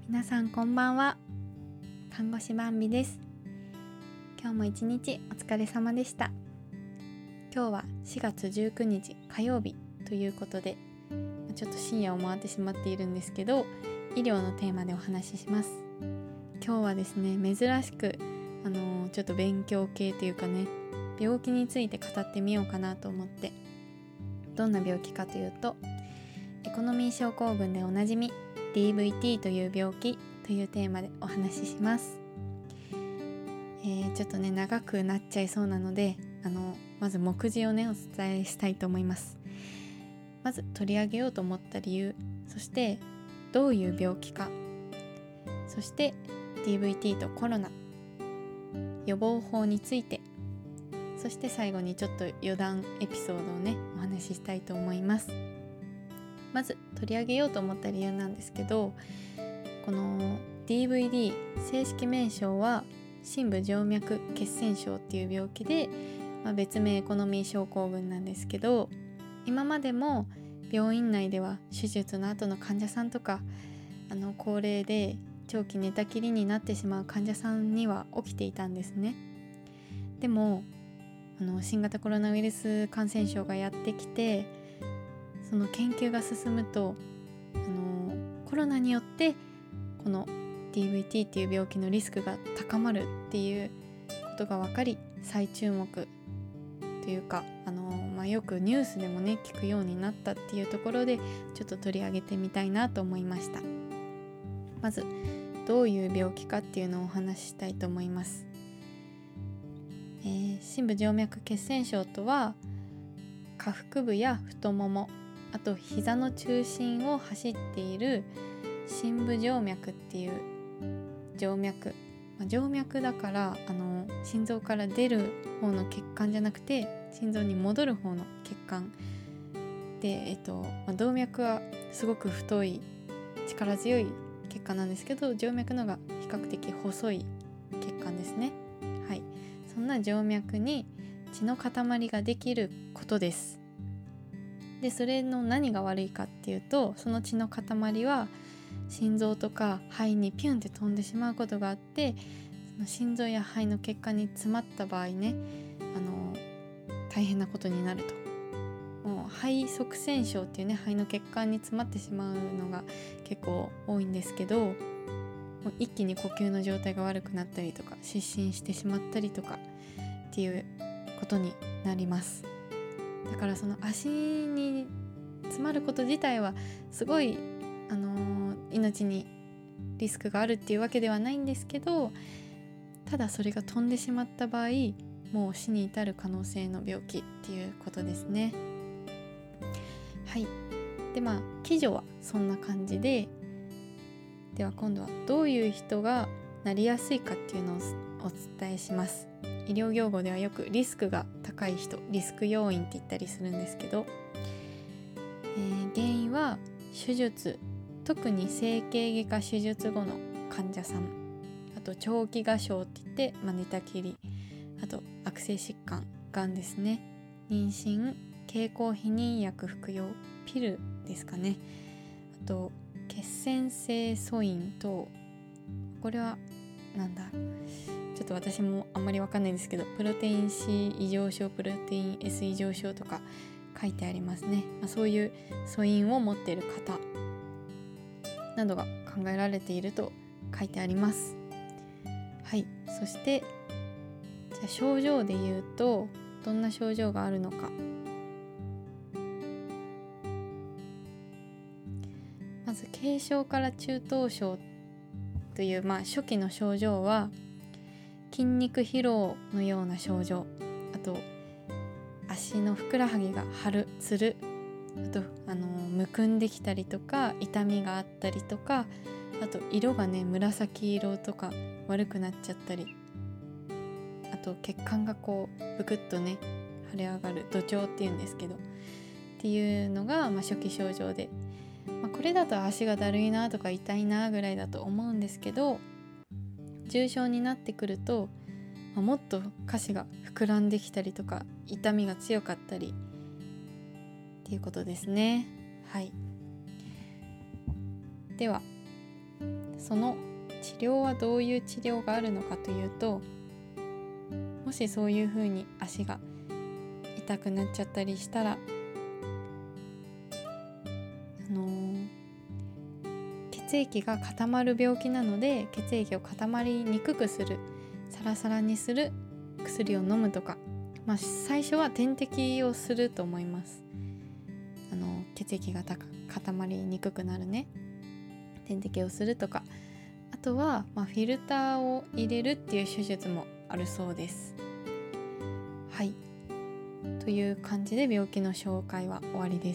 皆さんこんばんは。看護師バンビです。今日も一日お疲れ様でした。今日は4月19日火曜日ということで、ちょっと深夜を回ってしまっているんですけど、医療のテーマでお話しします。今日はですね、珍しくちょっと勉強系というかね、病気について語ってみようかなと思って、どんな病気かというと、エコノミー症候群でおなじみ DVT という病気というテーマでお話しします。ちょっとね長くなっちゃいそうなので、まず目次をねお伝えしたいと思います。まず取り上げようと思った理由、そしてどういう病気か、そして DVT とコロナ、予防法について、そして最後にちょっと余談エピソードをねお話ししたいと思います。まず取り上げようと思った理由なんですけど、この DVD 正式名称は深部静脈血栓症っていう病気で、別名エコノミー症候群なんですけど、今までも病院内では手術の後の患者さんとか、高齢で長期寝たきりになってしまう患者さんには起きていたんですね。でも新型コロナウイルス感染症がやってきて、その研究が進むとコロナによってこの DVT っていう病気のリスクが高まるっていうことが分かり、再注目というかよくニュースでもね聞くようになったっていうところで、ちょっと取り上げてみたいなと思いました。まずどういう病気かっていうのをお話ししたいと思います。深部静脈血栓症とは、下腹部や太もも、あと膝の中心を走っている深部静脈っていう静脈、静脈だから心臓から出る方の血管じゃなくて心臓に戻る方の血管で、動脈はすごく太い力強い血管なんですけど、静脈のが比較的細い血管ですね。はい、そんな静脈に血の塊ができることです。でそれの何が悪いかっていうと、その血の塊は心臓とか肺にピュンって飛んでしまうことがあって、その心臓や肺の血管に詰まった場合ね、大変なことになると。もう肺塞栓症っていうね、肺の血管に詰まってしまうのが結構多いんですけど、もう一気に呼吸の状態が悪くなったりとか、失神してしまったりとかっていうことになります。だからその足に詰まること自体はすごい命にリスクがあるっていうわけではないんですけど、ただそれが飛んでしまった場合、もう死に至る可能性の病気っていうことですね。はい。で基準はそんな感じで、では今度はどういう人がなりやすいかっていうのをお伝えします。医療用語ではよくリスクが高い人、リスク要因って言ったりするんですけど、原因は手術、特に整形外科手術後の患者さん、あと長期画症って言って、寝たきり、あと悪性疾患、がんですね、妊娠、経口避妊薬服用、ピルですかね、あと血栓性素因等、これはなんだ、ちょっと私もあんまりわかんないんですけど、プロテイン C 異常症、プロテイン S 異常症とか書いてありますね。そういう素因を持っている方などが考えられていると書いてあります。はい。そしてじゃあ症状で言うと、どんな症状があるのか。まず軽症から中等症という、初期の症状は筋肉疲労のような症状、あと足のふくらはぎが張る、つる、あとむくんできたりとか、痛みがあったりとか、あと色がね紫色とか悪くなっちゃったり、あと血管がこうブクッとね腫れ上がる、土調っていうんですけどっていうのが、初期症状で、これだと足がだるいなとか痛いなぐらいだと思うんですけど、重症になってくると、もっと下肢が膨らんできたりとか、痛みが強かったりっていうことですね。はい。ではその治療はどういう治療があるのかというと、もしそういう風に足が痛くなっちゃったりしたら、血液が固まる病気なので、血液を固まりにくくする、サラサラにする薬を飲むとか、最初は点滴をすると思います。血液が固まりにくくなるね、点滴をするとか、あとは、フィルターを入れるっていう手術もあるそうです。はい、という感じで病気の紹介は終わりです。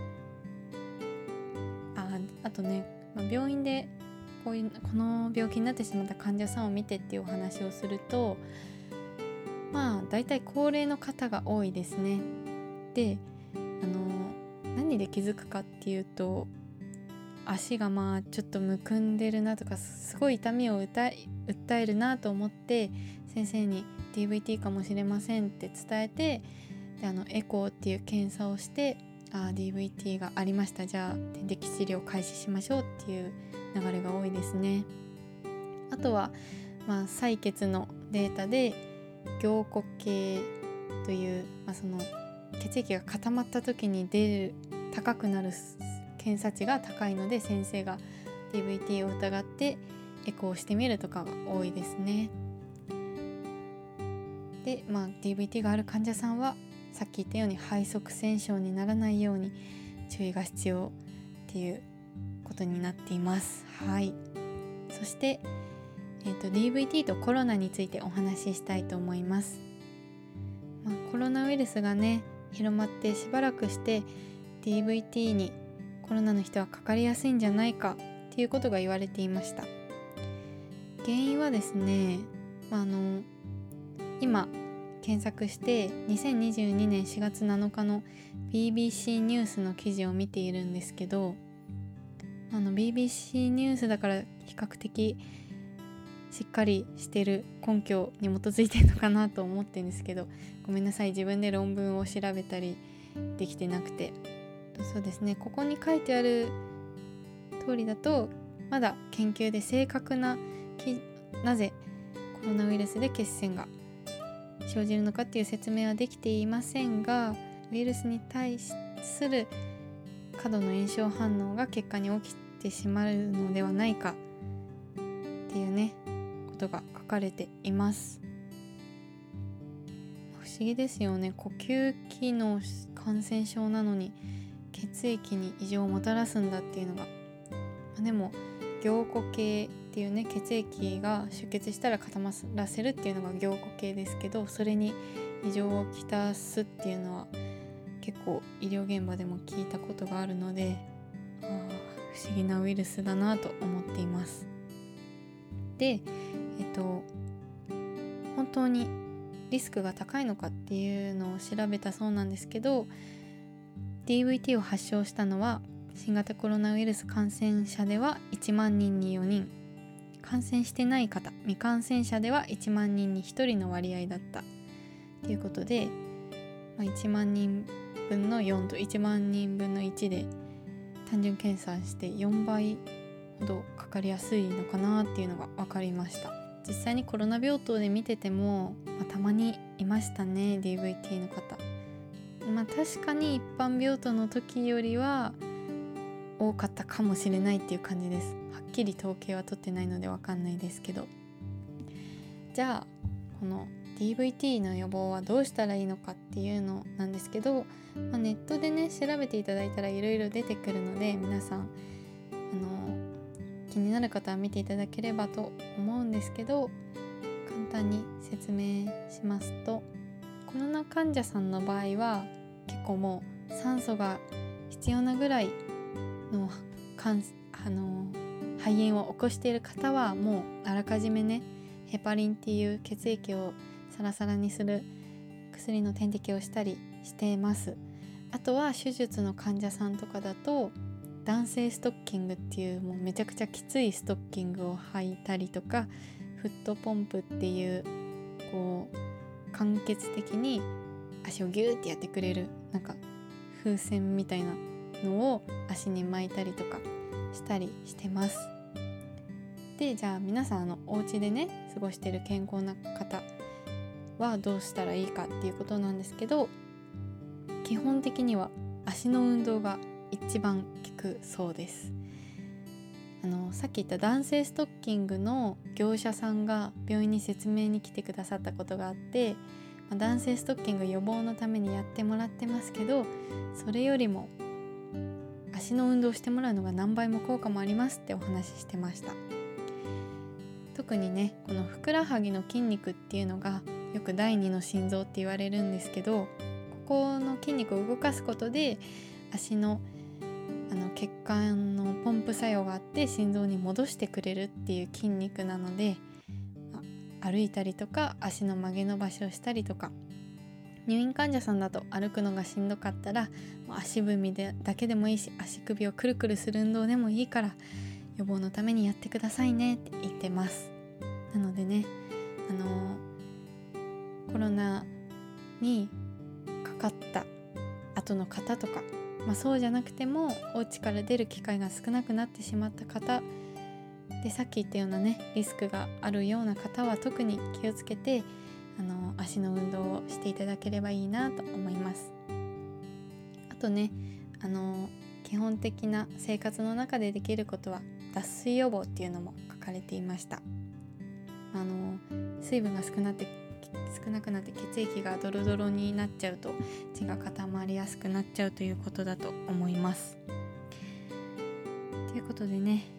あとね、病院でこの病気になってしまった患者さんを見てっていうお話をすると、だいたい高齢の方が多いですね。で、何で気づくかっていうと、足がちょっとむくんでるなとか、すごい痛みを訴えるなと思って先生に DVT かもしれませんって伝えて、でエコーっていう検査をして、DVT がありました、じゃあ点滴治療を開始しましょうっていう流れが多いですね。あとは、採血のデータで凝固系という、その血液が固まった時に高くなる検査値が高いので、先生が DVT を疑ってエコーしてみるとかが多いですね。で、DVT がある患者さんはさっき言ったように肺塞栓症にならないように注意が必要っていうことになっています。はい。そして、DVT とコロナについてお話ししたいと思います。コロナウイルスがね広まってしばらくして DVT にコロナの人はかかりやすいんじゃないかっていうことが言われていました。原因はですね、今検索して2022年4月7日の BBC ニュースの記事を見ているんですけど、BBC ニュースだから比較的しっかりしてる根拠に基づいてるのかなと思ってるんですけど、ごめんなさい、自分で論文を調べたりできてなくて。そうですね、ここに書いてある通りだと、まだ研究で正確ななぜコロナウイルスで血栓が生じるのかっていう説明はできていませんが、ウイルスに対する過度の炎症反応が結果に起きてしまうのではないかっていうねことが書かれています。不思議ですよね。呼吸器の感染症なのに血液に異常をもたらすんだっていうのが、でも凝固系っていうね、血液が出血したら固まらせるっていうのが凝固系ですけど、それに異常をきたすっていうのは結構医療現場でも聞いたことがあるので、不思議なウイルスだなと思っています。で、本当にリスクが高いのかっていうのを調べたそうなんですけど、 DVT を発症したのは新型コロナウイルス感染者では1万人に4人、感染してない方、未感染者では1万人に1人の割合だったということで、1万人分の4と1万人分の1で単純計算して4倍ほどかかりやすいのかなっていうのが分かりました。実際にコロナ病棟で見てても、たまにいましたね DVT の方。確かに一般病棟の時よりは多かったかもしれないっていう感じです。はっきり統計は取ってないので分かんないですけど、じゃあこの DVT の予防はどうしたらいいのかっていうのなんですけど、ネットでね調べていただいたらいろいろ出てくるので、皆さん気になる方は見ていただければと思うんですけど、簡単に説明しますと、コロナ患者さんの場合は結構もう酸素が必要なぐらいの肺炎を起こしている方はもうあらかじめねヘパリンっていう血液をサラサラにする薬の点滴をしたりしてます。あとは手術の患者さんとかだと弾性ストッキングっていうもうめちゃくちゃきついストッキングを履いたりとか、フットポンプっていう間欠的に足をギューってやってくれる風船みたいなのを足に巻いたりとかしたりしてます。 でじゃあ皆さんお家でね過ごしている健康な方はどうしたらいいかっていうことなんですけど、基本的には足の運動が一番効くそうです。さっき言った弾性ストッキングの業者さんが病院に説明に来てくださったことがあって、弾性ストッキング予防のためにやってもらってますけど、それよりも足の運動してもらうのが何倍も効果もありますってお話ししてました。特にねこのふくらはぎの筋肉っていうのがよく第二の心臓って言われるんですけど、ここの筋肉を動かすことで足の血管のポンプ作用があって心臓に戻してくれるっていう筋肉なので、歩いたりとか足の曲げ伸ばしをしたりとか、入院患者さんだと歩くのがしんどかったら足踏みだけでもいいし、足首をくるくるする運動でもいいから予防のためにやってくださいねって言ってます。なのでねコロナにかかった後の方とか、そうじゃなくてもお家から出る機会が少なくなってしまった方で、さっき言ったようなねリスクがあるような方は特に気をつけて足の運動をしていただければいいなと思います。あとね基本的な生活の中でできることは脱水予防っていうのも書かれていました。水分が少なくなって血液がドロドロになっちゃうと血が固まりやすくなっちゃうということだと思います。ということでね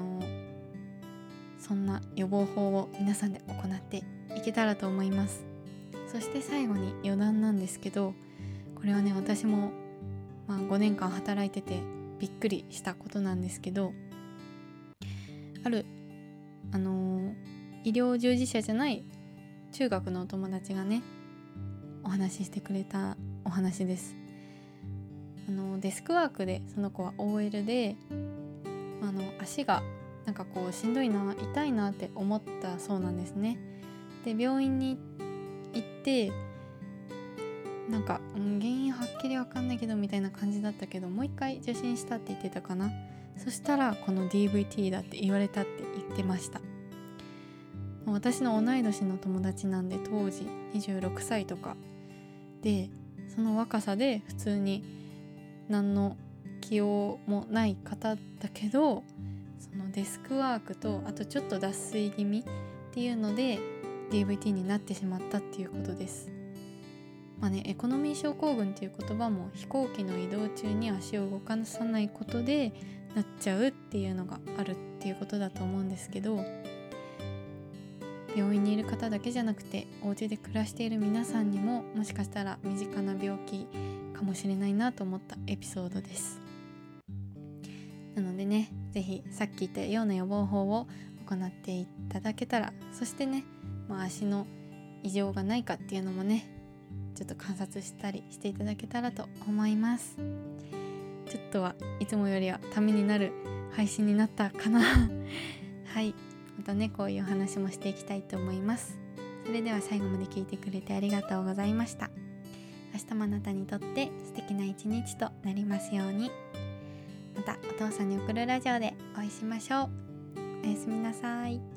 そんな予防法を皆さんで行っていけたらと思います。そして最後に余談なんですけど、これはね私も5年間働いててびっくりしたことなんですけど、ある医療従事者じゃない中学のお友達がねお話ししてくれたお話です。デスクワークでその子は OL で足がなんかこうしんどいな痛いなって思ったそうなんですね。で病院に行ってなんか、原因はっきりわかんないけどみたいな感じだったけど、もう一回受診したって言ってたかな。そしたらこの DVT だって言われたって言ってました。私の同い年の友達なんで、当時26歳とかで、その若さで普通に何の起用もない方だけど、そのデスクワークとあとちょっと脱水気味っていうので DVT になってしまったっていうことです。エコノミー症候群っていう言葉も飛行機の移動中に足を動かさないことでなっちゃうっていうのがあるっていうことだと思うんですけど、病院にいる方だけじゃなくてお家で暮らしている皆さんにももしかしたら身近な病気かもしれないなと思ったエピソードです。なのでね、ぜひさっき言ったような予防法を行っていただけたら、そしてね、足の異常がないかっていうのもねちょっと観察したりしていただけたらと思います。ちょっとはいつもよりはためになる配信になったかなはい、またねこういう話もしていきたいと思います。それでは最後まで聞いてくれてありがとうございました。明日もあなたにとって素敵な一日となりますように。またお父さんに送るラジオでお会いしましょう。おやすみなさい。